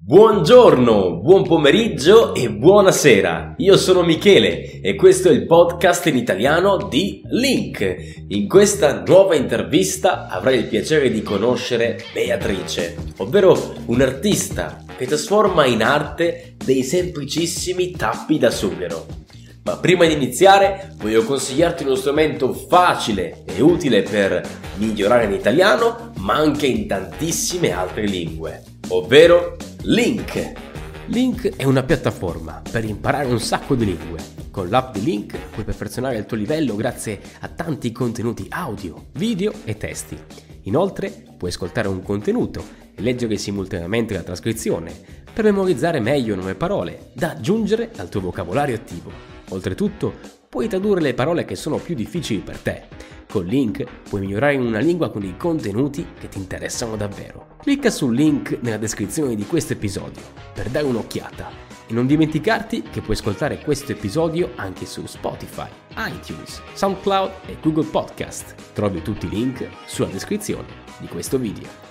Buongiorno, buon pomeriggio e buonasera. Io sono Michele e questo è il podcast in italiano di Link. In questa nuova intervista avrai il piacere di conoscere Beatrice, ovvero un'artista che trasforma in arte dei semplicissimi tappi da sughero. Ma prima di iniziare voglio consigliarti uno strumento facile e utile per migliorare in italiano, ma anche in tantissime altre lingue, ovvero Link. Link è una piattaforma per imparare un sacco di lingue. Con l'app di Link puoi perfezionare il tuo livello grazie a tanti contenuti audio, video e testi. Inoltre puoi ascoltare un contenuto e leggere simultaneamente la trascrizione per memorizzare meglio nuove parole da aggiungere al tuo vocabolario attivo. Oltretutto puoi tradurre le parole che sono più difficili per te. Con Link puoi migliorare in una lingua con i contenuti che ti interessano davvero. Clicca sul link nella descrizione di questo episodio per dare un'occhiata e non dimenticarti che puoi ascoltare questo episodio anche su Spotify, iTunes, SoundCloud e Google Podcast. Trovi tutti i link sulla descrizione di questo video.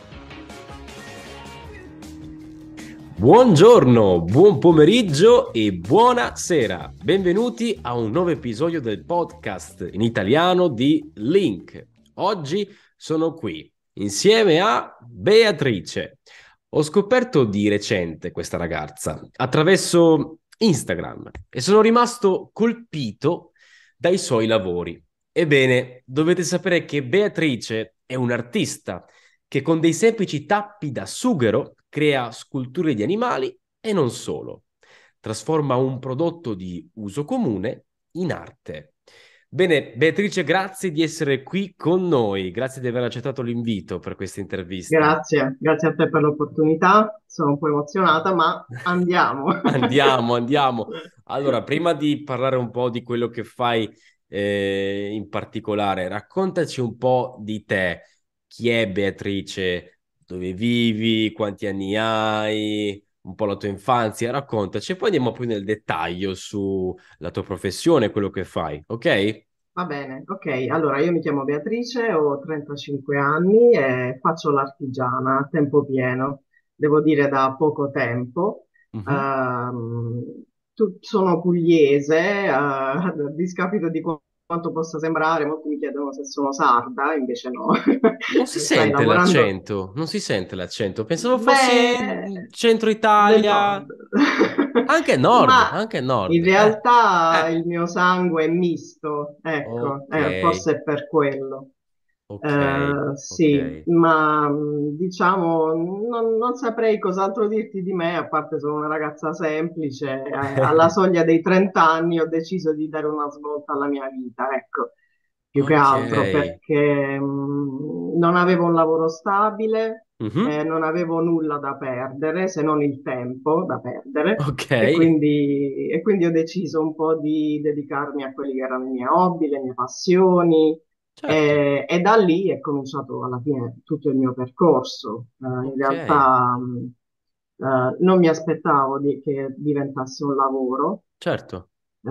Buongiorno, buon pomeriggio e buonasera. Benvenuti a un nuovo episodio del podcast in italiano di Link. Oggi sono qui insieme a Beatrice. Ho scoperto di recente questa ragazza attraverso Instagram e sono rimasto colpito dai suoi lavori. Ebbene, dovete sapere che Beatrice è un'artista che con dei semplici tappi da sughero crea sculture di animali e non solo. Trasforma un prodotto di uso comune in arte. Bene, Beatrice, grazie di essere qui con noi. Grazie di aver accettato l'invito per questa intervista. Grazie a te per l'opportunità. Sono un po' emozionata, ma andiamo. Andiamo. Allora, prima di parlare un po' di quello che fai in particolare, raccontaci un po' di te. Chi è Beatrice? Dove vivi? Quanti anni hai? Un po' la tua infanzia, raccontaci e poi andiamo più nel dettaglio sulla tua professione, quello che fai, ok? Va bene, ok. Allora, io mi chiamo Beatrice, ho 35 anni e faccio l'artigiana a tempo pieno, devo dire da poco tempo. Mhm. Ehm, Sono pugliese, a discapito di quanto possa sembrare, molti mi chiedono se sono sarda, invece no. Non si Sai, sente lavorando... l'accento, non si sente l'accento. Pensavo fossi Beh, centro del Italia, nord. Ma anche nord. in realtà Eh. il mio sangue è misto, ecco, Ok, forse è per quello. ok, ok. Sì, ma diciamo, non saprei cos'altro dirti di me, a parte sono una ragazza semplice, alla soglia dei 30 anni ho deciso di dare una svolta alla mia vita, ecco, più che Ok. altro perché non avevo un lavoro stabile, Mhm. non avevo nulla da perdere, se non il tempo da perdere, Ok, e quindi ho deciso un po' di dedicarmi a quelli che erano i miei hobby, le mie passioni, certo. e da lì è cominciato alla fine tutto il mio percorso. In Ok, realtà non mi aspettavo che diventasse un lavoro, certo.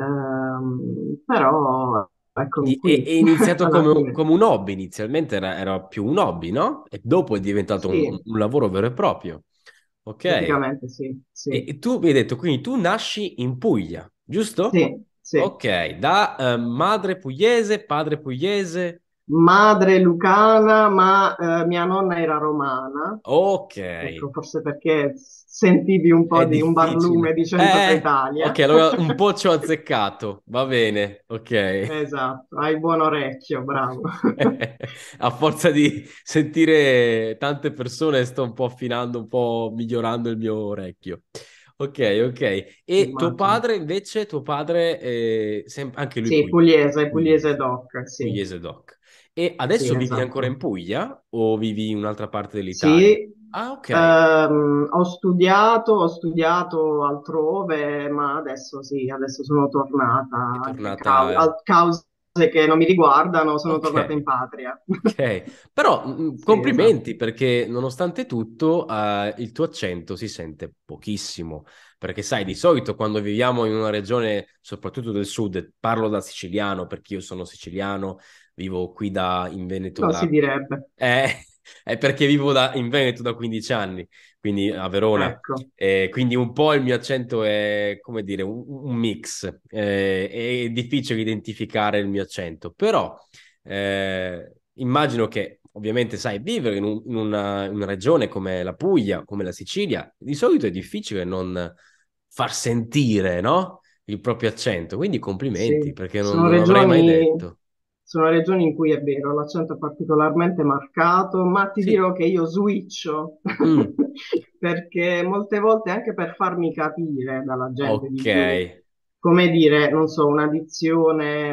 però eccomi Quindi è qui iniziato alla fine. come un hobby, inizialmente era più un hobby, no? E dopo è diventato Sì, un lavoro vero e proprio. Ok. praticamente sì, sì, E tu mi hai detto, quindi tu nasci in Puglia, giusto? sì, sì. Ok, da madre pugliese, padre pugliese. Madre lucana, ma mia nonna era romana. Ok, Ecco, forse perché sentivi un po' è di un barlume difficile. di Centro Ok, Italia. allora un po' ci ho azzeccato, va bene, ok. Esatto, hai buon orecchio, bravo. A forza di sentire tante persone sto un po' affinando, un po' migliorando il mio orecchio. Ok, ok. E tuo Immagino. padre invece, tuo padre è anche lui Sì, pugliese, pugliese pugliese, doc, sì, pugliese doc. E sì, adesso vivi ancora in esatto. Puglia o vivi in un'altra parte dell'Italia? Sì, Ah, ok. ho studiato altrove, ma adesso sì, adesso sono È tornata, tornata... a cause che non mi riguardano, sono tornata in Ok. patria. Ok, però Sì, complimenti esatto. perché nonostante tutto il tuo accento si sente pochissimo, perché sai, di solito quando viviamo in una regione, soprattutto del sud, parlo da siciliano perché io sono siciliano, vivo qui in Veneto Non si direbbe. Eh, è perché vivo in Veneto da 15 anni, quindi a Verona. ecco. Quindi un po' il mio accento è, come dire, un mix. È difficile identificare il mio accento, però immagino che ovviamente, sai, vivere in una regione come la Puglia, come la Sicilia, di solito è difficile non far sentire, no? Il proprio accento. Quindi complimenti, Sì, perché non avrei mai detto. sono regioni in cui è vero, l'accento è particolarmente marcato, ma ti Sì. dirò che io switcho Mm, perché molte volte anche per farmi capire dalla gente ok. di più, come dire, non so, una dizione,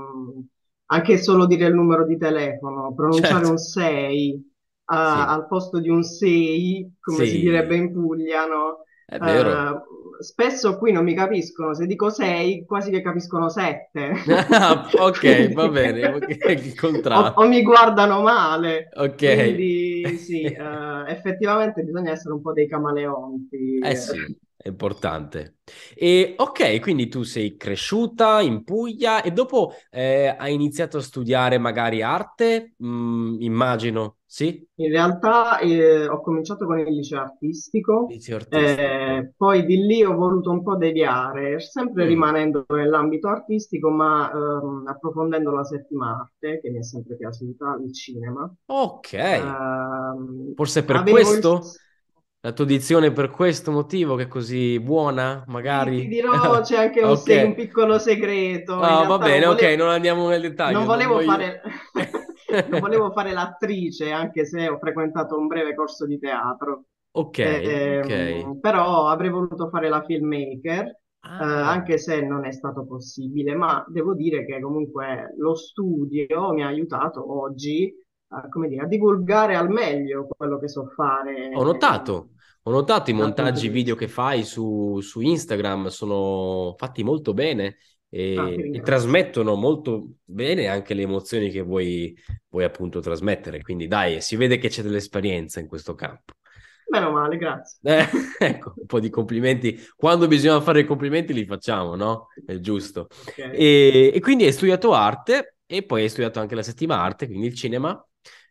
anche solo dire il numero di telefono, pronunciare Certo. un 6 Sì. al posto di un 6, come si direbbe Sì, in Puglia, no? è vero. Eh, Spesso qui non mi capiscono, se dico 6 quasi che capiscono 7. Ah, ok, va Quindi bene. Ok, il o contrario. mi guardano male. Ok. Quindi sì, effettivamente bisogna essere un po' dei camaleonti. Eh sì, è importante. E ok, quindi tu sei cresciuta in Puglia e dopo hai iniziato a studiare magari arte, immagino, sì? In realtà ho cominciato con il liceo artistico, Liceo artistico. poi di lì ho voluto un po' deviare, sempre Mm, rimanendo nell'ambito artistico, ma approfondendo la settima arte, che mi è sempre piaciuta, il cinema. ok, forse per Avevo questo? La tua dizione è per questo motivo che è così buona, Sì, ti magari? dirò, c'è anche un Ok. piccolo segreto. In Ah, va realtà bene, ok, non andiamo nel non dettaglio, non volevo voglio... fare, non volevo fare l'attrice, anche se ho frequentato un breve corso di teatro. Ok, ok. Però avrei voluto fare la filmmaker, Ah, anche se non è stato possibile, ma devo dire che comunque lo studio mi ha aiutato oggi, come dire, a divulgare al meglio quello che so ho fare, notato, ho notato i dal punto montaggi di video vista. che fai su Instagram, sono fatti molto bene Ah, ti e ringrazio. trasmettono molto bene anche le emozioni che vuoi appunto trasmettere. Quindi dai, si vede che c'è dell'esperienza in questo campo. Meno male, grazie. Eh, ecco, un po' di complimenti. Quando bisogna fare i complimenti li facciamo, no? È giusto. Ok. E quindi hai studiato arte e poi hai studiato anche la settima arte, quindi il cinema.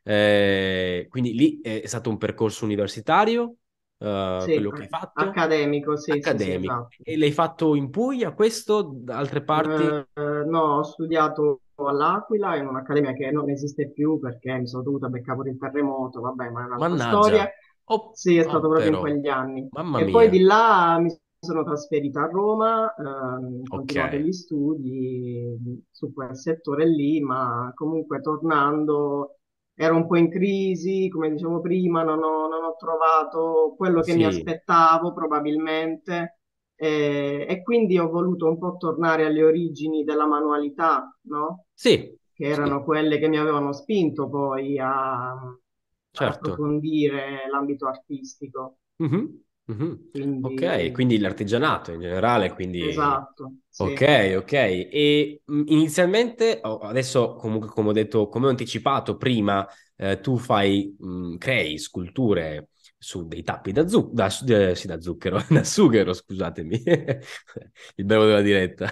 Quindi lì è stato un percorso universitario, Sì, quello che hai fatto, accademico, sì, sì, sì, accademico. esatto. E l'hai fatto in Puglia, questo, da altre parti? No, ho studiato all'Aquila in un'accademia che non esiste più perché mi sono dovuta beccare pure il terremoto, vabbè, ma è un'altra storia. Mannaggia. Oh, Sì, è stato oh, proprio in però, quegli anni. mamma E poi mia. di là mi sono trasferita a Roma, ho Ok, continuato gli studi su quel settore lì, ma comunque tornando ero un po' in crisi, come dicevo prima, non ho trovato quello che mi sì, aspettavo probabilmente. E quindi ho voluto un po' tornare alle origini della manualità, no? sì, Che sì, erano quelle che mi avevano spinto poi ad certo. approfondire l'ambito artistico. Mhm, mhm. Ok, Quindi, quindi l'artigianato in generale, quindi esatto, sì. ok, ok. E inizialmente, adesso comunque come ho detto, come ho anticipato prima, tu crei sculture su dei tappi sì, da zucchero, da sughero, scusatemi, il bello della diretta.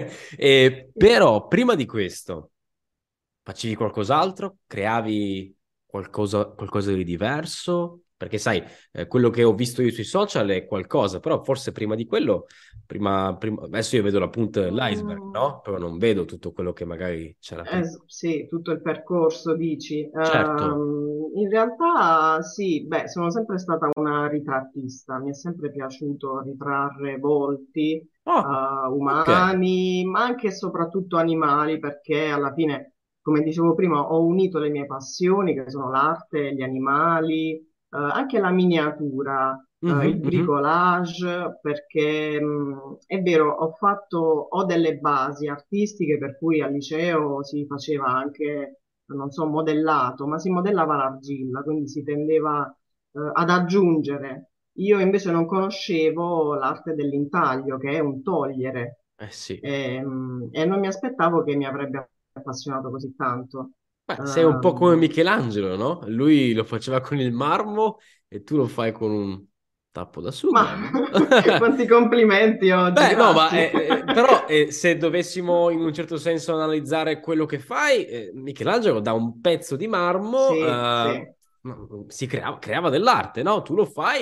Però prima di questo, facevi qualcos'altro? Creavi qualcosa di diverso? Perché sai, quello che ho visto io sui social è qualcosa, però forse prima di quello, adesso io vedo la punta dell'iceberg, Mm, no? Però non vedo tutto quello che magari c'era prima. sì, tutto il percorso, dici. Certo. In realtà sì, beh, sono sempre stata una ritrattista, mi è sempre piaciuto ritrarre volti, Oh, ok. umani, ma anche e soprattutto animali, perché alla fine, come dicevo prima, ho unito le mie passioni, che sono l'arte, gli animali, anche la miniatura, il Mhm, mhm. bricolage, perché è vero, ho delle basi artistiche per cui al liceo si faceva anche, non so, modellato, ma si modellava l'argilla, quindi si tendeva ad aggiungere. Io invece non conoscevo l'arte dell'intaglio, che è un togliere, Eh sì. e non mi aspettavo che mi avrebbe appassionato così tanto. Beh, sei un po' come Ehm, Michelangelo, no? Lui lo faceva con il marmo e tu lo fai con un tappo da ma sughero, no? quanti complimenti oggi, Beh, no, ma grazie. però se dovessimo in un certo senso analizzare quello che fai, Michelangelo da un pezzo di marmo Sì, sì, creava dell'arte, no? Tu lo fai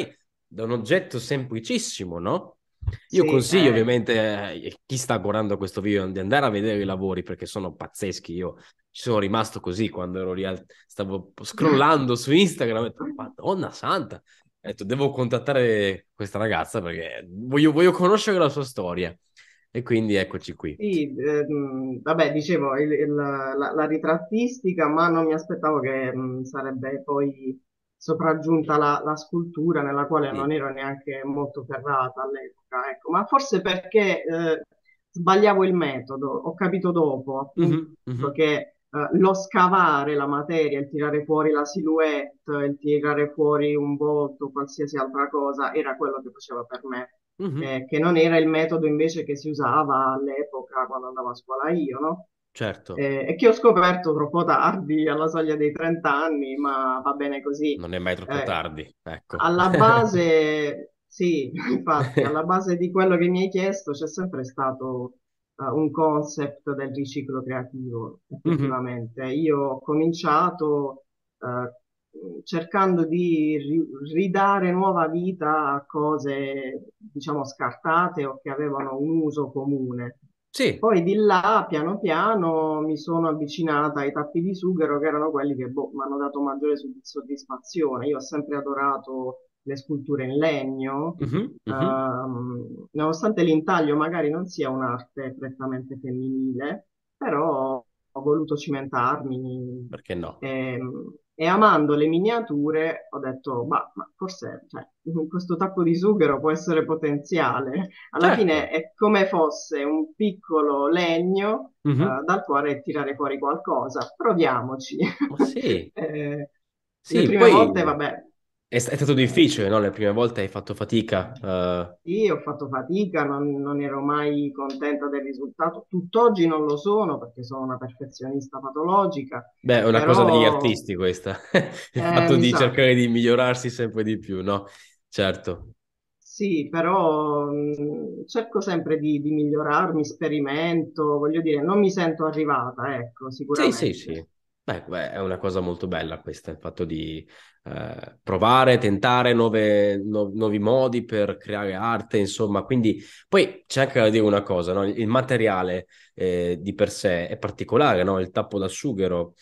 da un oggetto semplicissimo, no? Io Sì, consiglio ovviamente a chi sta guardando questo video di andare a vedere i lavori perché sono pazzeschi. Io ci sono rimasto così quando ero lì, stavo scrollando su Instagram, ho detto, Madonna santa, ho detto, devo contattare questa ragazza perché voglio conoscere la sua storia. E quindi eccoci qui. sì, vabbè, dicevo, la ritrattistica, ma non mi aspettavo che sarebbe poi sopraggiunta la scultura nella quale non Sì. ero neanche molto ferrata all'epoca, ecco. Ma forse perché sbagliavo il metodo, ho capito dopo appunto Mhm, mhm. che lo scavare la materia, il tirare fuori la silhouette, il tirare fuori un volto, qualsiasi altra cosa, era quello che faceva per me, Mhm. che non era il metodo invece che si usava all'epoca quando andavo a scuola io, no? Certo, E che ho scoperto troppo tardi, alla soglia dei 30 anni, ma va bene così. non è mai troppo Eh, tardi, ecco. alla base, sì, infatti, alla base di quello che mi hai chiesto c'è sempre stato un concept del riciclo creativo, Mhm. effettivamente. Io ho cominciato cercando di ridare nuova vita a cose, diciamo, scartate o che avevano un uso comune. Sì, Poi di là, piano piano, mi sono avvicinata ai tappi di sughero, che erano quelli che boh, mi hanno dato maggiore soddisfazione. Io ho sempre adorato le sculture in legno, mhm, mhm. nonostante l'intaglio magari non sia un'arte prettamente femminile, però ho voluto cimentarmi Perché no? e amando le miniature ho detto, ma forse cioè, questo tappo di sughero può essere potenziale. Alla fine Certo. è come fosse un piccolo legno Mhm. dal quale tirare fuori qualcosa. Proviamoci. Ma sì, Eh, le sì, prime volte, poi vabbè, è stato difficile, no? Le prime volte hai fatto fatica. sì, ho fatto fatica, non ero mai contenta del risultato. Tutt'oggi non lo sono perché sono una perfezionista patologica, Beh, è una cosa degli però artisti questa, il fatto mi di sa. cercare di migliorarsi sempre di più, no? Certo. Sì, però cerco sempre di migliorarmi, sperimento, voglio dire, non mi sento arrivata, ecco, Sì, sì, sì. sicuramente. Beh, è una cosa molto bella questa, il fatto di provare, tentare nuovi modi per creare arte, insomma. Quindi, poi c'è anche da dire una cosa, no? Il materiale di per sé è particolare, no? Il tappo da sughero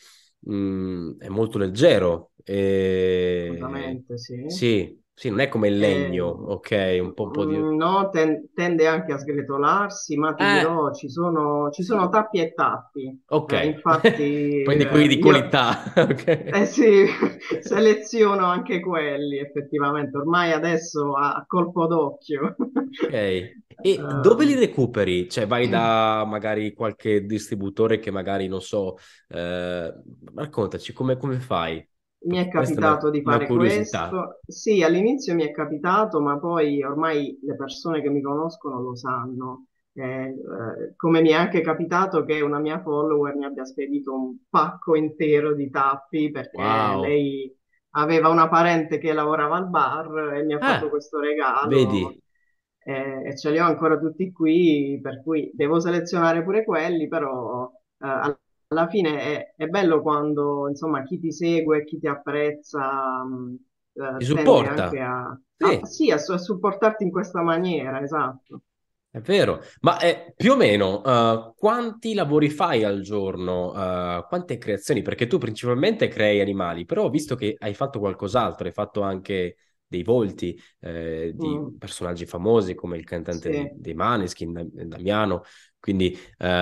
è molto leggero. Assolutamente, sì. Sì, sì, non è come il legno, Eh, ok? Un po' di... no, tende anche a sgretolarsi, ma ti Eh, dirò, ci sono sì, tappi e tappi. ok. Infatti, Prendi quelli di io qualità, ok? sì, seleziono anche quelli, effettivamente, ormai adesso a colpo d'occhio. Ok. E dove li Ehm, recuperi? Cioè, vai da magari qualche distributore che magari, non so, raccontaci come fai? Mi è Questa è capitato di una fare curiosità. questo. Sì, all'inizio mi è capitato, ma poi ormai le persone che mi conoscono lo sanno. Come mi è anche capitato che una mia follower mi abbia spedito un pacco intero di tappi perché Wow. lei aveva una parente che lavorava al bar e mi ha fatto Ah, questo regalo. vedi? E ce li ho ancora tutti qui, per cui devo selezionare pure quelli, però alla fine è bello quando insomma chi ti segue, chi ti apprezza, Ti tende anche supporta. Sì. sì, a supportarti in questa maniera, esatto. È vero, ma più o meno quanti lavori fai al giorno? Quante creazioni? Perché tu principalmente crei animali, però ho visto che hai fatto qualcos'altro, hai fatto anche dei volti di Mm, personaggi famosi come il cantante sì. dei Maneskin, Damiano, quindi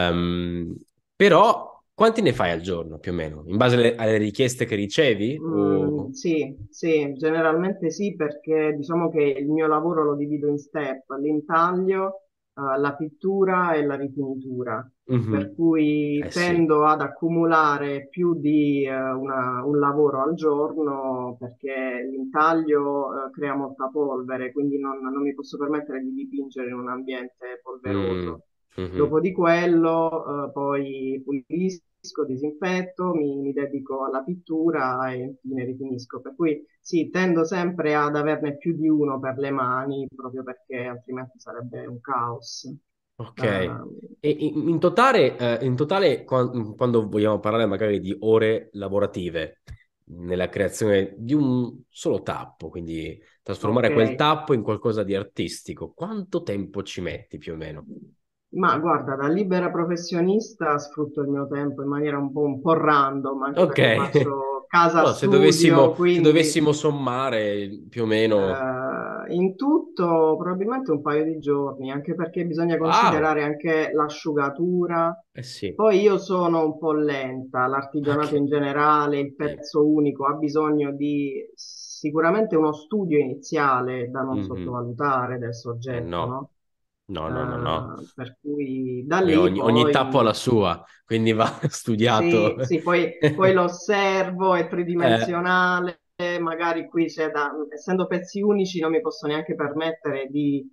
però quanti ne fai al giorno più o meno? In base alle richieste che ricevi? Sì, sì, generalmente sì, perché diciamo che il mio lavoro lo divido in step, l'intaglio, la pittura e la rifinitura, per Mhm. cui Eh sì. tendo ad accumulare più di un lavoro al giorno perché l'intaglio crea molta polvere, quindi non mi posso permettere di dipingere in un ambiente Mm. polveroso. Mhm. Dopo di quello, poi pulisco, disinfetto, mi dedico alla pittura e infine rifinisco. Per cui sì, tendo sempre ad averne più di uno per le mani, proprio perché altrimenti sarebbe un caos. Ok, Eh, e in totale, quando vogliamo parlare magari di ore lavorative, nella creazione di un solo tappo, quindi Ok. trasformare quel tappo in qualcosa di artistico. Quanto tempo ci metti più o meno? Ma guarda, da libera professionista sfrutto il mio tempo in maniera un po' random, anche Ok, perché faccio casa no, studio, se quindi dovessimo sommare più o meno... in tutto probabilmente un paio di giorni, anche perché bisogna Wow! considerare anche l'asciugatura. Eh sì, Poi io sono un po' lenta, l'artigianato ok. in generale, il Eh, pezzo unico ha bisogno di sicuramente uno studio iniziale da non mhm. sottovalutare del soggetto, No, no? no, no, no, no. Per cui da Poi lì ogni tappo ha la poi sua, quindi va studiato. sì, sì, poi lo osservo, è Eh, tridimensionale, magari qui c'è da, essendo pezzi unici non mi posso neanche permettere di,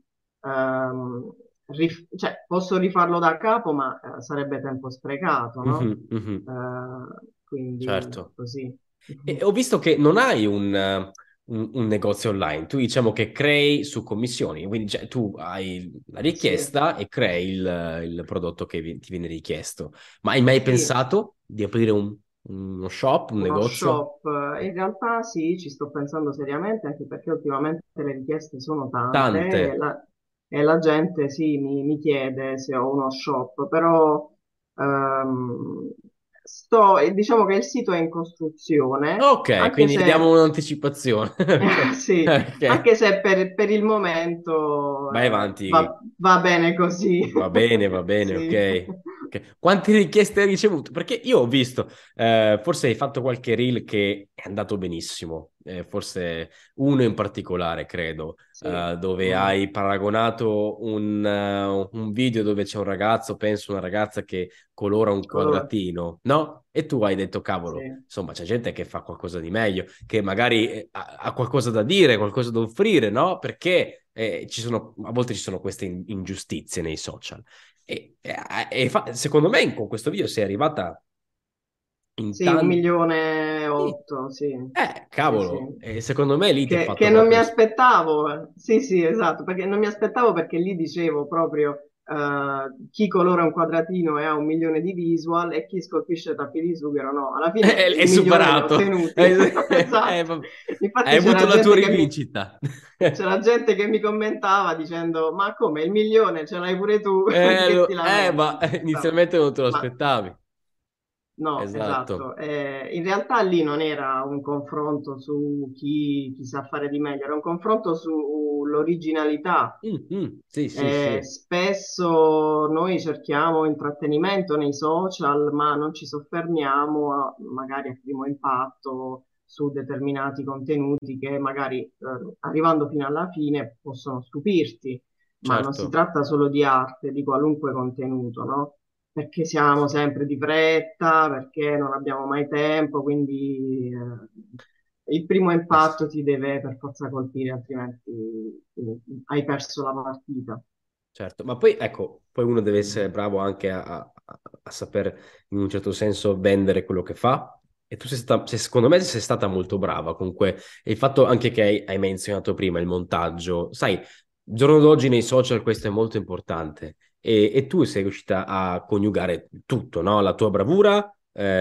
cioè posso rifarlo da capo, ma sarebbe tempo sprecato, no? mhm, mhm. Quindi Certo. così. E ho visto che non hai un negozio online, tu diciamo che crei su commissioni, quindi cioè, tu hai la Sì, richiesta e crei il prodotto che ti viene richiesto. Ma hai mai sì, pensato di aprire uno shop, un uno negozio? shop. In realtà sì, ci sto pensando seriamente, anche perché ultimamente le richieste sono tante Tante. e la gente sì, mi chiede se ho uno shop, però ehm, diciamo che il sito è in costruzione, Ok, anche quindi diamo se, un'anticipazione. Ok, sì, ok. anche se per il momento Vai avanti. va bene così. Va bene, Sì. ok. Ok. Quante richieste hai ricevuto? Perché io ho visto, forse hai fatto qualche reel che è andato benissimo, forse uno in particolare, credo, Sì. dove Mm. hai paragonato un video dove c'è un ragazzo, penso una ragazza che colora un Colore. quadratino, no? E tu hai detto, cavolo, Sì. insomma, c'è gente che fa qualcosa di meglio, che magari ha qualcosa da dire, qualcosa da offrire, no? Perché a volte ci sono queste ingiustizie nei social. Secondo me con questo video sei arrivata in Sì, un tanti... milione e otto, sì, sì, sì. Cavolo, secondo me lì ti ha Che fatto non mi proprio... aspettavo, sì, sì, esatto, perché non mi aspettavo perché lì dicevo proprio chi colora un quadratino e ha un milione di visual e chi scolpisce tappi di sughero, no, alla fine È il milione l'ho superato. ottenuti, esatto. Hai Infatti avuto la tua rivincita. c'era gente che mi commentava dicendo, ma come, il milione ce l'hai pure tu, di che ti Ma lamenti? inizialmente non te lo Ma aspettavi. no, Esatto. esatto. In realtà lì non era un confronto su chi sa fare di meglio, era un confronto sull'originalità. Sì, sì, sì. Spesso noi cerchiamo intrattenimento nei social, ma non ci soffermiamo magari a primo impatto su determinati contenuti che magari arrivando fino alla fine possono stupirti, ma non si Certo. tratta solo di arte, di qualunque contenuto, no? Perché siamo sempre di fretta, perché non abbiamo mai tempo, quindi il primo Eh sì. impatto ti deve per forza colpire, altrimenti hai perso la partita. Certo, ma poi ecco, poi uno deve essere bravo anche a saper in un certo senso vendere quello che fa. E tu secondo me sei stata molto brava comunque. E il fatto anche che hai menzionato prima il montaggio, sai, il giorno d'oggi nei social questo è molto importante. E tu sei riuscita a coniugare tutto, no? La tua bravura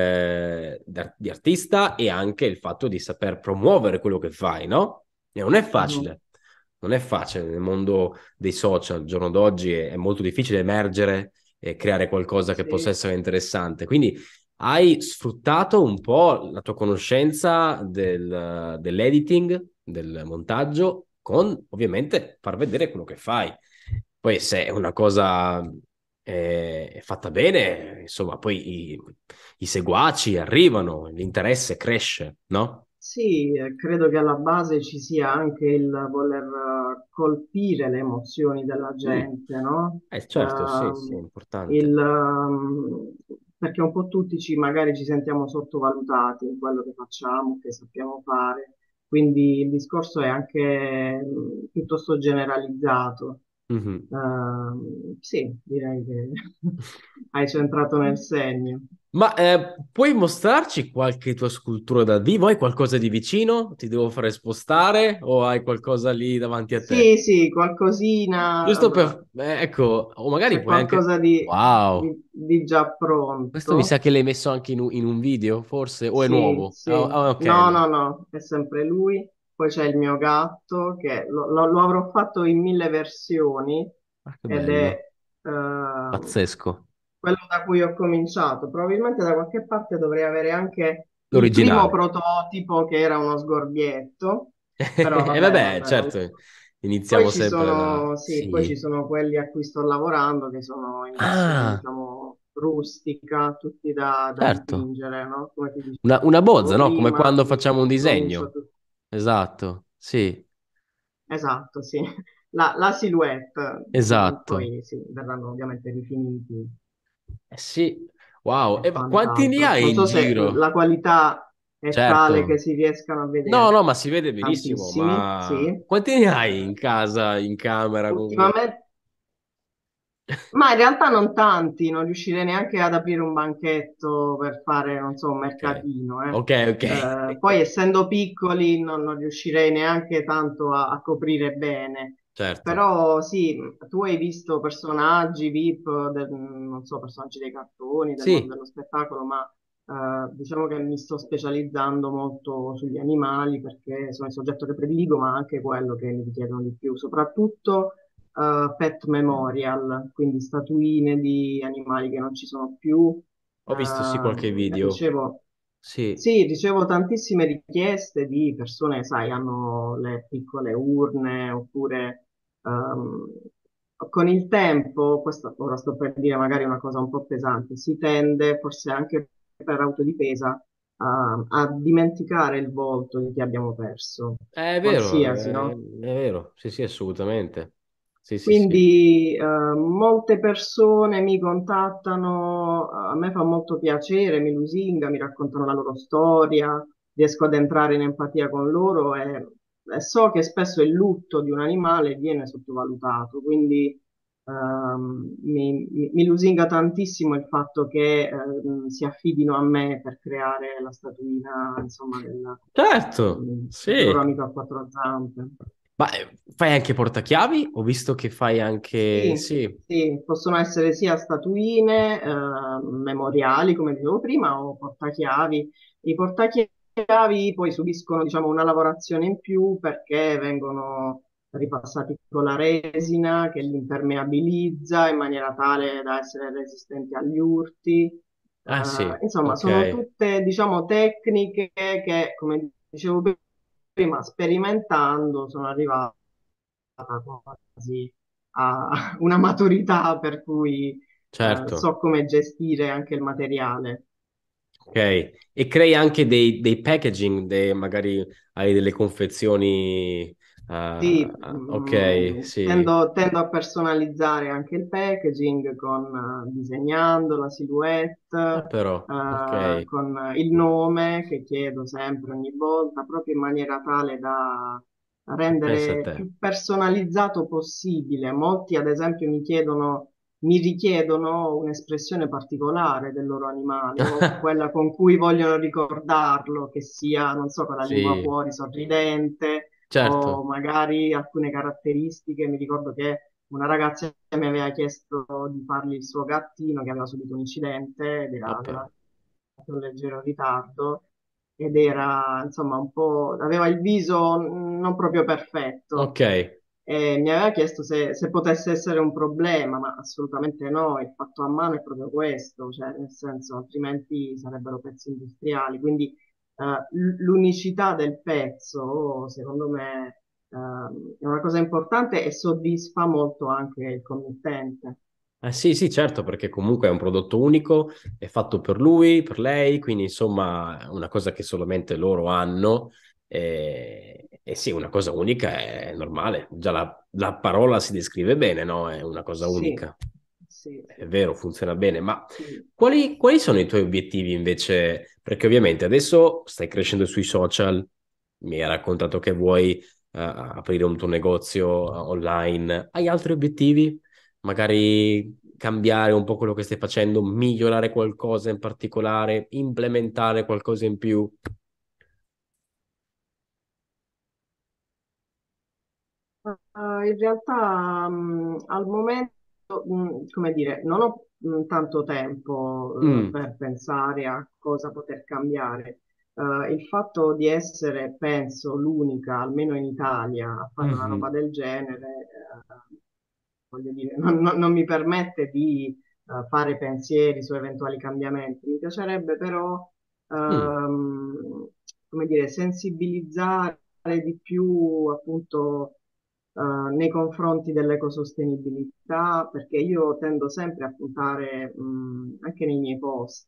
di artista e anche il fatto di saper promuovere quello che fai, no? E non è Mhm. facile. Non è facile nel mondo dei social, al giorno d'oggi è molto difficile emergere e creare qualcosa che possa Sì, essere interessante. Quindi hai sfruttato un po' la tua conoscenza dell'editing, del montaggio, con ovviamente far vedere quello che fai. Poi se è una cosa è fatta bene, insomma, poi i seguaci arrivano, l'interesse cresce, no? sì, credo che alla base ci sia anche il voler colpire le emozioni della Mm. gente, no? Certo, sì, sì, è Il, importante. perché un po' tutti magari ci sentiamo sottovalutati in quello che facciamo, che sappiamo fare, quindi il discorso è anche piuttosto generalizzato. Mhm. Sì, direi che hai centrato nel segno. Ma puoi mostrarci qualche tua scultura dal vivo? Hai qualcosa di vicino? Ti devo fare spostare o hai qualcosa lì davanti a te? Sì, sì, qualcosina, Giusto per... ecco, o magari c'è puoi anche... qualcosa di, Wow! di già Questo mi sa pronto. che l'hai messo anche in un video, forse? O è Sì, nuovo? Ah, sì, ok, no, no. no, no, è sempre lui. Poi c'è il mio gatto che lo avrò fatto in 1000 versioni Ah, che ed è bello. Pazzesco. quello da cui ho cominciato. Probabilmente da qualche parte dovrei avere anche il primo L'originale. prototipo che era uno sgorbietto, però E vabbè, vabbè, vabbè. certo, Poi iniziamo ci sempre da... sono, sì, poi ci Sì. sono quelli a cui sto lavorando che sono in versione, Ah, diciamo, rustica, tutti da certo. dipingere, no? Come ti Una bozza, dicevo no? Come prima, quando facciamo un comincio disegno. Esatto, sì, esatto, sì, la silhouette, esatto. poi sì, verranno ovviamente rifiniti Sì, wow. e Ma quanti ne quant'altro. hai Non in so se giro? la qualità è tale che Certo. si riescano a No, vedere. no, ma si vede benissimo, Tantissimi, ma sì. quanti ne hai in casa, in camera? Ultimamente, ma in realtà non tanti, non riuscirei neanche ad aprire un banchetto per fare, non so, un Ok, mercatino, eh. ok, ok. Poi essendo piccoli non riuscirei neanche tanto a coprire bene. Certo. Però sì, tu hai visto personaggi VIP, non so, personaggi dei cartoni, del mondo Sì, dello spettacolo, ma diciamo che mi sto specializzando molto sugli animali perché sono il soggetto che prediligo, ma anche quello che mi richiedono di più, soprattutto pet memorial, quindi statuine di animali che non ci sono più. ho visto sì qualche video. Ricevo, Sì. sì, ricevo tantissime richieste di persone, sai, hanno le piccole urne oppure ehm, con il tempo, questo ora sto per dire magari una cosa un po' pesante, si tende forse anche per autodifesa a dimenticare il volto di chi abbiamo perso, È vero, qualsiasi, è no? vero. Sì, sì, assolutamente. Sì, sì, sì. Quindi molte persone mi contattano, a me fa molto piacere, mi lusinga, mi raccontano la loro storia, riesco ad entrare in empatia con loro e so che spesso il lutto di un animale viene sottovalutato, quindi mi lusinga tantissimo il fatto che si affidino a me per creare la statuina, insomma, Certo, del loro sì. amico a quattro zampe. Ma fai anche portachiavi? Ho visto che fai anche... Sì, Sì. sì, possono essere sia statuine, memoriali, come dicevo prima, o portachiavi. I portachiavi poi subiscono, diciamo, una lavorazione in più perché vengono ripassati con la resina che li impermeabilizza in maniera tale da essere resistenti agli urti. Ah, sì, Insomma, sono ok. tutte, diciamo, tecniche che, come dicevo prima, sperimentando sono arrivata quasi a una maturità per cui Certo. so come gestire anche il materiale. Ok. E crei anche dei packaging, magari hai delle confezioni... Sì, ok, sì. tendo a personalizzare anche il packaging disegnando la silhouette, Però, ok. con il nome che chiedo sempre ogni volta, proprio in maniera tale da Pensa a rendere te. più personalizzato possibile. Molti, ad esempio, mi richiedono un'espressione particolare del loro animale o quella con cui vogliono ricordarlo, che sia, non so, con la lingua Sì, fuori, sorridente o certo. magari alcune caratteristiche. Mi ricordo che una ragazza mi aveva chiesto di fargli il suo gattino che aveva subito un incidente ed Ah, aveva però. un leggero ritardo ed era insomma un po', aveva il viso non proprio perfetto. Ok. E mi aveva chiesto se potesse essere un problema, ma assolutamente no, il fatto a mano è proprio questo, cioè nel senso altrimenti sarebbero pezzi industriali. Quindi l'unicità del pezzo, secondo me, è una cosa importante e soddisfa molto anche il committente. Sì, sì, certo, perché comunque è un prodotto unico, è fatto per lui, per lei, quindi insomma è una cosa che solamente loro hanno. E sì, una cosa unica è normale. Già la parola si descrive bene, no? È una cosa Sì, unica. sì, È vero, funziona bene, ma sì. quali sono i tuoi obiettivi invece? Perché ovviamente adesso stai crescendo sui social, mi hai raccontato che vuoi aprire un tuo negozio online. Hai altri obiettivi? Magari cambiare un po' quello che stai facendo, migliorare qualcosa in particolare, implementare qualcosa in più? In realtà, al momento, come dire, non ho tanto tempo, Mm, per pensare a cosa poter cambiare. Il fatto di essere, penso, l'unica, almeno in Italia, a fare una roba mhm. del genere, voglio dire, non mi permette di fare pensieri su eventuali cambiamenti. Mi piacerebbe però, Mm, come dire, sensibilizzare di più, appunto, nei confronti dell'ecosostenibilità, perché io tendo sempre a puntare, anche nei miei post,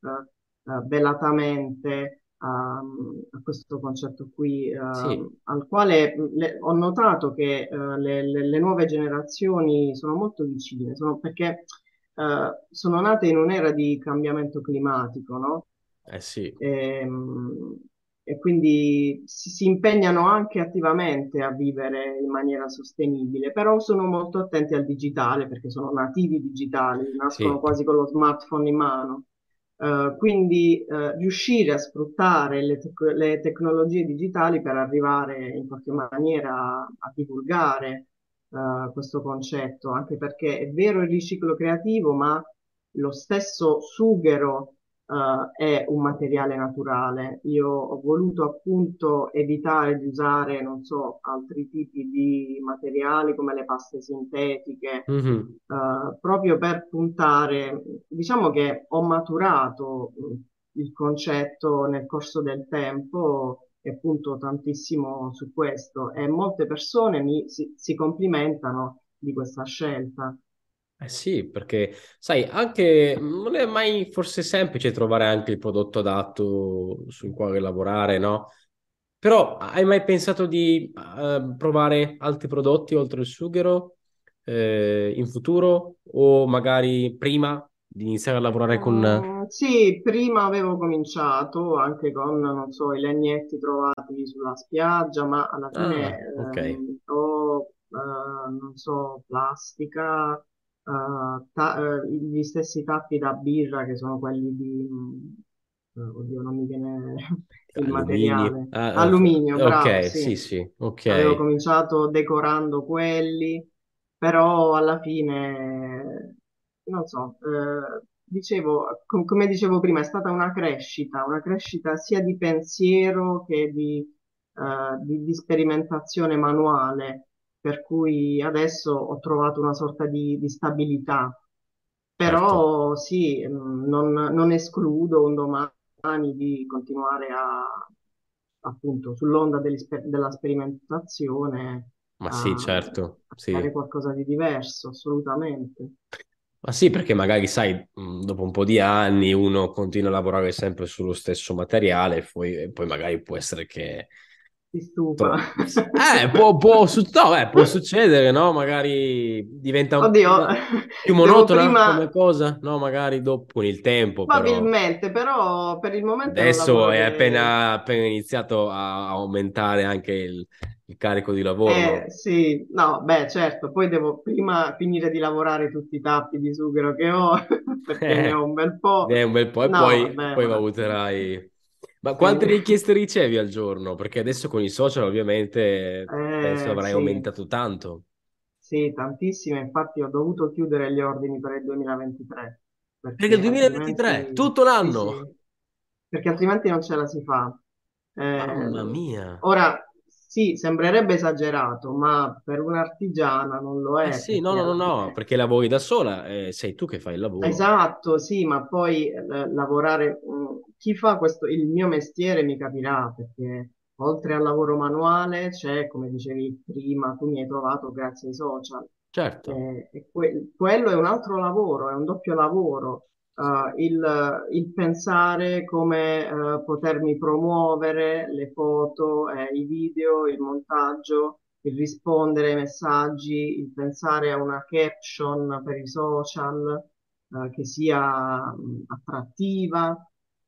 velatamente a questo concetto qui, sì, al quale ho notato che le nuove generazioni sono molto vicine, perché sono nate in un'era di cambiamento climatico, no? eh sì, Ehm, E, quindi si impegnano anche attivamente a vivere in maniera sostenibile, però sono molto attenti al digitale perché sono nativi digitali, nascono sì, quasi con lo smartphone in mano. Quindi riuscire a sfruttare le tecnologie digitali per arrivare in qualche maniera a divulgare questo concetto, anche perché è vero il riciclo creativo, ma lo stesso sughero è un materiale naturale. Io ho voluto appunto evitare di usare, non so, altri tipi di materiali come le paste sintetiche, mhm. proprio per puntare, diciamo che ho maturato il concetto nel corso del tempo e punto tantissimo su questo e molte persone si complimentano di questa scelta. Eh sì, perché sai, anche non è mai forse semplice trovare anche il prodotto adatto sul quale lavorare, no? Però hai mai pensato di provare altri prodotti oltre il sughero in futuro o magari prima di iniziare a lavorare con... Sì, prima avevo cominciato anche con, non so, i legnetti trovati sulla spiaggia, ma alla fine Ah, ok. non so, plastica, gli stessi tappi da birra che sono quelli di, oddio, non mi viene il Alluminio. materiale, Ah, alluminio, bravo, ok, sì. sì, sì, Avevo ok. cominciato decorando quelli, però alla fine, non so, dicevo, come dicevo prima, è stata una crescita sia di pensiero che di sperimentazione manuale, per cui adesso ho trovato una sorta di stabilità. Certo. Però sì, non escludo un domani di continuare appunto, sull'onda della sperimentazione Ma sì, certo, a sì. creare qualcosa di diverso, assolutamente. Ma sì, perché magari, sai, dopo un po' di anni uno continua a lavorare sempre sullo stesso materiale e poi magari può essere che... Ti stufa. può succedere, no? Magari diventa Oddio, più devo monotona come prima, cosa, no? Magari dopo con il tempo, però probabilmente, però per il momento è un adesso lavoro è che appena iniziato a aumentare anche il carico di lavoro, no? sì, no, beh, certo, poi devo prima finire di lavorare tutti i tappi di sughero che ho, perché ne ho un bel po'. Ne è un bel po' e No, poi, vabbè, poi ma valuterai. Ma sì. quante richieste ricevi al giorno? Perché adesso con i social ovviamente penso avrai Sì, aumentato tanto. sì, tantissime. Infatti ho dovuto chiudere gli ordini per il 2023 Perché il perché 2023, altrimenti, tutto sì, l'anno. sì, perché altrimenti non ce la si fa. Eh, Mamma mia. ora, sì, sembrerebbe esagerato, ma per un'artigiana non lo Eh è sì, no, perché no, no, alla no, fine perché lavori da sola e sei tu che fai il lavoro. esatto, sì, ma poi lavorare, chi fa questo, il mio mestiere mi capirà, perché oltre al lavoro manuale c'è, come dicevi prima, tu mi hai trovato grazie ai social. Certo, Quello è un altro lavoro, è un doppio lavoro. Il pensare come potermi promuovere le foto, i video, il montaggio, il rispondere ai messaggi, il pensare a una caption per i social che sia attrattiva.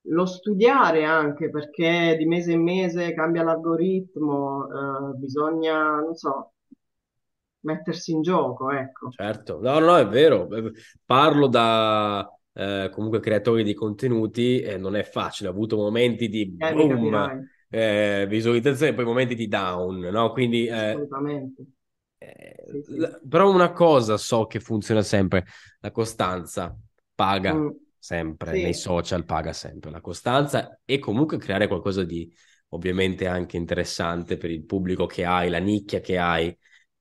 lo studiare anche perché di mese in mese cambia l'algoritmo, bisogna, non so, mettersi in gioco, ecco. Certo, no, no, no, è vero. Parlo da comunque creatori di contenuti e non è facile. Ho avuto momenti di Mi boom, capirai, visualizzazione e poi momenti di down, no? Quindi, assolutamente. Sì, sì. però una cosa so che funziona sempre, la costanza paga Mm, sempre, nei sì, social paga sempre, la costanza e comunque creare qualcosa di ovviamente anche interessante per il pubblico che hai, la nicchia che hai.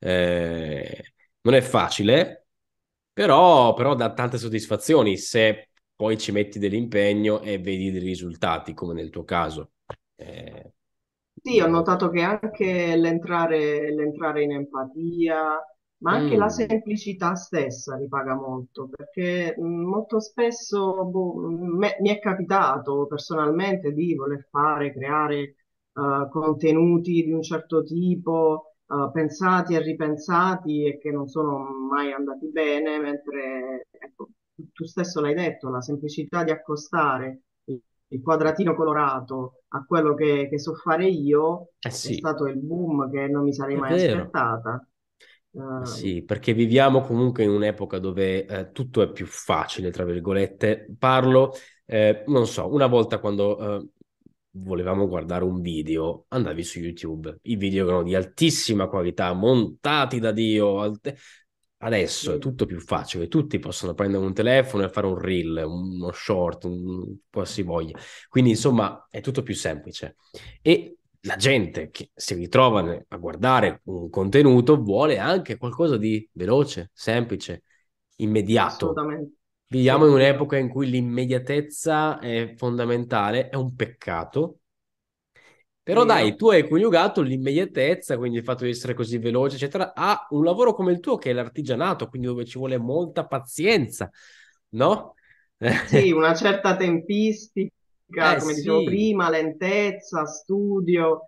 Non è facile, però dà tante soddisfazioni se poi ci metti dell'impegno e vedi dei risultati, come nel tuo caso. Eh, sì, ho notato che anche l'entrare in empatia, ma anche la mm, semplicità stessa ripaga molto, perché molto spesso mi è capitato personalmente di voler fare, creare contenuti di un certo tipo, pensati e ripensati e che non sono mai andati bene, mentre ecco, tu stesso l'hai detto, la semplicità di accostare il quadratino colorato a quello che so fare io eh è sì, stato il boom che non mi sarei è mai vero. aspettata. Ma sì, perché viviamo comunque in un'epoca dove tutto è più facile, tra virgolette. Parlo, non so, una volta quando volevamo guardare un video, andavi su YouTube, i video erano di altissima qualità, montati da Dio. Adesso è Sì, tutto più facile, tutti possono prendere un telefono e fare un reel, uno short, un qualsivoglia. Quindi, insomma, è tutto più semplice. E la gente che si ritrova a guardare un contenuto vuole anche qualcosa di veloce, semplice, immediato. assolutamente. Viviamo in Sì, un'epoca in cui l'immediatezza è fondamentale, è un peccato. Però dai, vero. tu hai coniugato l'immediatezza, quindi il fatto di essere così veloce, eccetera, a un lavoro come il tuo, che è l'artigianato, quindi dove ci vuole molta pazienza, no? Sì, una certa tempistica, come dicevo Sì, prima, lentezza, studio.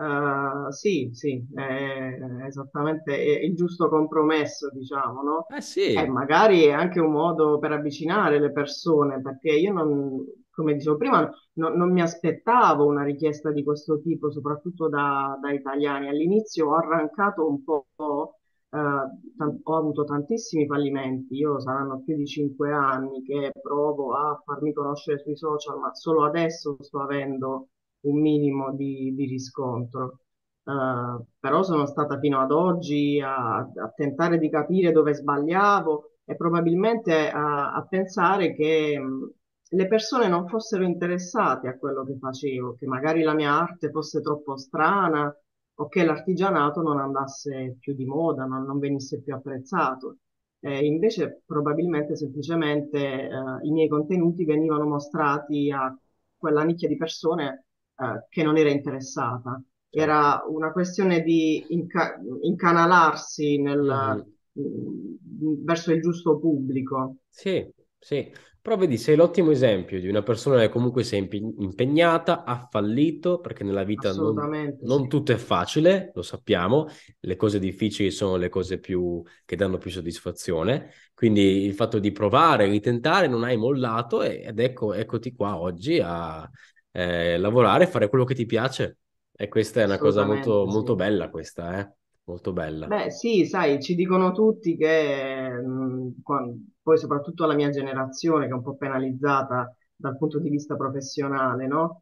Sì, sì, è esattamente è il giusto compromesso, diciamo, no? E sì, magari è anche un modo per avvicinare le persone, perché io non, come dicevo prima, non mi aspettavo una richiesta di questo tipo, soprattutto da italiani. All'inizio ho arrancato un po', ho avuto tantissimi fallimenti. Io saranno più di 5 anni che provo a farmi conoscere sui social, ma solo adesso sto avendo un minimo di riscontro. Però sono stata fino ad oggi a tentare di capire dove sbagliavo e probabilmente a pensare che le persone non fossero interessate a quello che facevo, che magari la mia arte fosse troppo strana o che l'artigianato non andasse più di moda, non venisse più apprezzato. Invece probabilmente semplicemente i miei contenuti venivano mostrati a quella nicchia di persone che non era interessata. certo. Era una questione di incanalarsi Mhm. verso il giusto pubblico. Sì, sì, però vedi, sei l'ottimo esempio di una persona che comunque si è impegnata, ha fallito, perché nella vita Assolutamente non sì, tutto è facile, lo sappiamo, le cose difficili sono le cose più, che danno più soddisfazione, quindi il fatto di provare, ritentare, non hai mollato ed ecco, eccoti qua oggi a lavorare e fare quello che ti piace. E questa è una cosa molto, assolutamente molto sì. bella, questa, molto bella. Beh, sì, sai, ci dicono tutti che poi soprattutto la mia generazione, che è un po' penalizzata dal punto di vista professionale, no?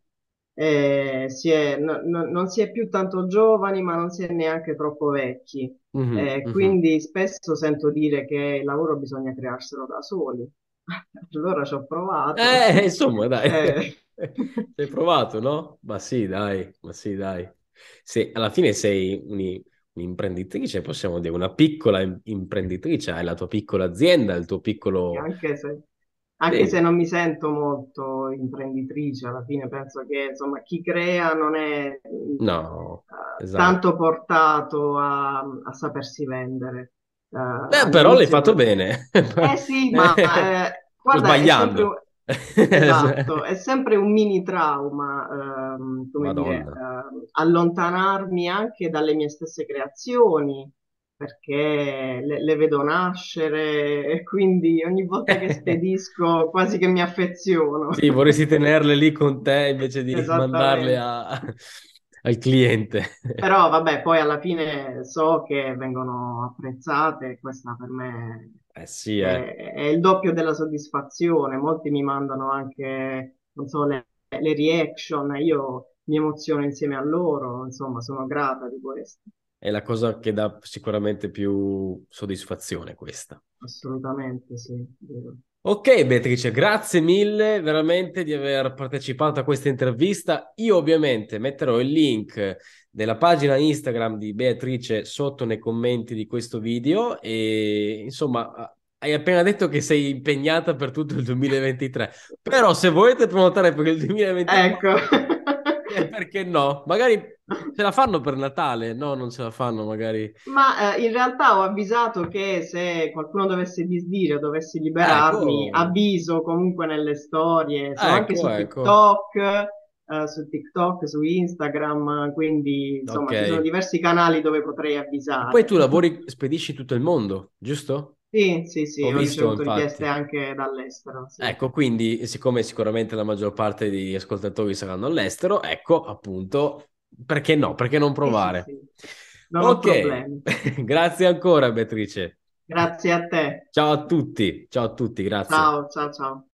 Non si è più tanto giovani, ma non si è neanche troppo vecchi. Mhm, mhm. Quindi spesso sento dire che il lavoro bisogna crearselo da soli. Allora ci ho provato. Insomma, dai, Eh, ci hai provato, no? Ma sì, dai, ma sì, dai. Se alla fine sei un'imprenditrice, possiamo dire una piccola imprenditrice, hai la tua piccola azienda, il tuo Sì, piccolo... anche se Sì, non mi sento molto imprenditrice, alla fine penso che insomma, chi crea non è no, esatto. tanto portato a sapersi vendere. Però l'hai All'inizio, fatto bene. sì, ma guarda, è sempre, Sbagliando. esatto, è sempre un mini trauma, come dire, Madonna. allontanarmi anche dalle mie stesse creazioni perché le vedo nascere e quindi ogni volta che spedisco quasi che mi affeziono. Sì, vorresti tenerle lì con te invece di mandarle Esattamente. al cliente. Però vabbè, poi alla fine so che vengono apprezzate e questa per me Eh sì, eh. è il doppio della soddisfazione. Molti mi mandano anche, non so, le reaction, io mi emoziono insieme a loro, insomma, sono grata di questo, È la cosa che dà sicuramente più soddisfazione questa. assolutamente sì, vero. Ok, Beatrice, grazie mille veramente di aver partecipato a questa intervista. Io ovviamente metterò il link della pagina Instagram di Beatrice sotto nei commenti di questo video e insomma hai appena detto che sei impegnata per tutto il 2023, però se volete prenotare per il 2024, Ecco. perché no? Magari ce la fanno per Natale, no? Non ce la fanno magari. Ma in realtà ho avvisato che se qualcuno dovesse disdire o dovessi liberarmi, Ecco, avviso comunque nelle storie, sono anche ecco, ecco. Su TikTok, su Instagram, quindi Ok. insomma ci sono diversi canali dove potrei E poi avvisare. tu lavori, spedisci tutto il mondo, giusto? Sì, sì, sì, Ho ho visto, ricevuto richieste infatti. anche dall'estero, sì. Ecco, quindi, siccome sicuramente la maggior parte degli ascoltatori saranno all'estero, ecco, appunto, perché no? Perché non Sì, sì, provare? sì, non ho Ok, problemi. grazie ancora, Beatrice. Grazie a te. Ciao a tutti, grazie. Ciao, ciao, ciao.